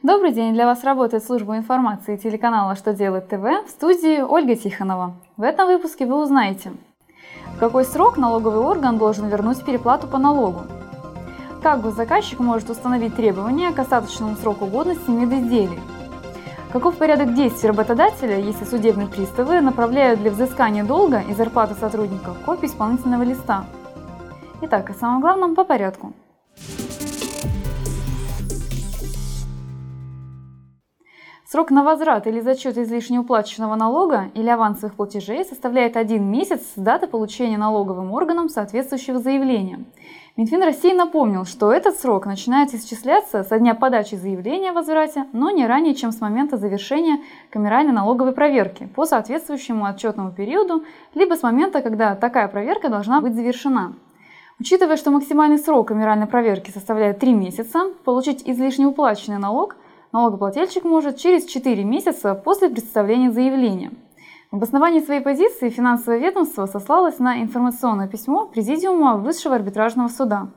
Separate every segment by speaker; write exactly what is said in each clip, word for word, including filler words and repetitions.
Speaker 1: Добрый день! Для вас работает служба информации телеканала «Что делает ТВ», в студии Ольга Тихонова. В этом выпуске вы узнаете, в какой срок налоговый орган должен вернуть переплату по налогу, как госзаказчик может установить требования к остаточному сроку годности медизделий, каков порядок действий работодателя, если судебные приставы направляют для взыскания долга и зарплаты сотрудников копию исполнительного листа. Итак, о самом главном по порядку. Срок на возврат или зачет излишне уплаченного налога или авансовых платежей составляет один месяц с даты получения налоговым органом соответствующего заявления. Минфин России напомнил, что этот срок начинает исчисляться со дня подачи заявления о возврате, но не ранее, чем с момента завершения камеральной налоговой проверки по соответствующему отчетному периоду, либо с момента, когда такая проверка должна быть завершена. Учитывая, что максимальный срок камеральной проверки составляет три месяца, получить излишне уплаченный налог налогоплательщик может через четыре месяца после представления заявления. В обосновании своей позиции финансовое ведомство сослалось на информационное письмо Президиума Высшего арбитражного суда.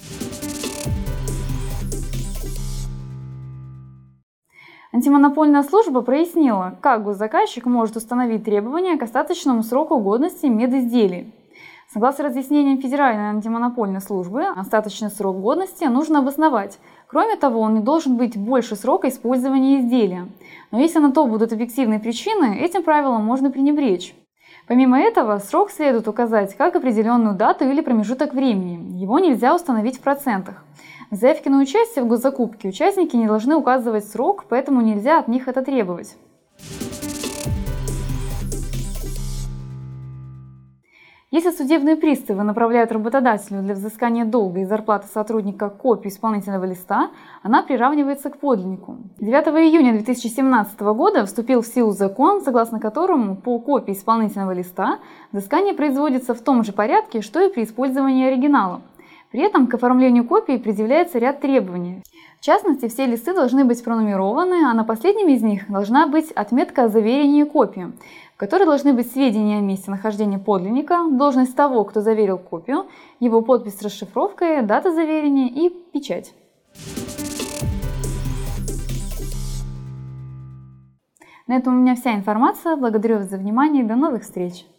Speaker 1: Антимонопольная служба прояснила, как госзаказчик может установить требования к остаточному сроку годности медизделий. Согласно разъяснениям Федеральной антимонопольной службы, остаточный срок годности нужно обосновать. Кроме того, он не должен быть больше срока использования изделия. Но если на то будут объективные причины, этим правилом можно пренебречь. Помимо этого, срок следует указать как определенную дату или промежуток времени. Его нельзя установить в процентах. В заявке на участие в госзакупке участники не должны указывать срок, поэтому нельзя от них это требовать. Если судебные приставы направляют работодателю для взыскания долга и зарплаты сотрудника копию исполнительного листа, она приравнивается к подлиннику. девятого июня две тысячи семнадцатого года вступил в силу закон, согласно которому по копии исполнительного листа взыскание производится в том же порядке, что и при использовании оригинала. При этом к оформлению копии предъявляется ряд требований. В частности, все листы должны быть пронумерованы, а на последнем из них должна быть отметка о заверении копии, в которой должны быть сведения о месте нахождения подлинника, должность того, кто заверил копию, его подпись с расшифровкой, дата заверения и печать. На этом у меня вся информация. Благодарю вас за внимание и до новых встреч!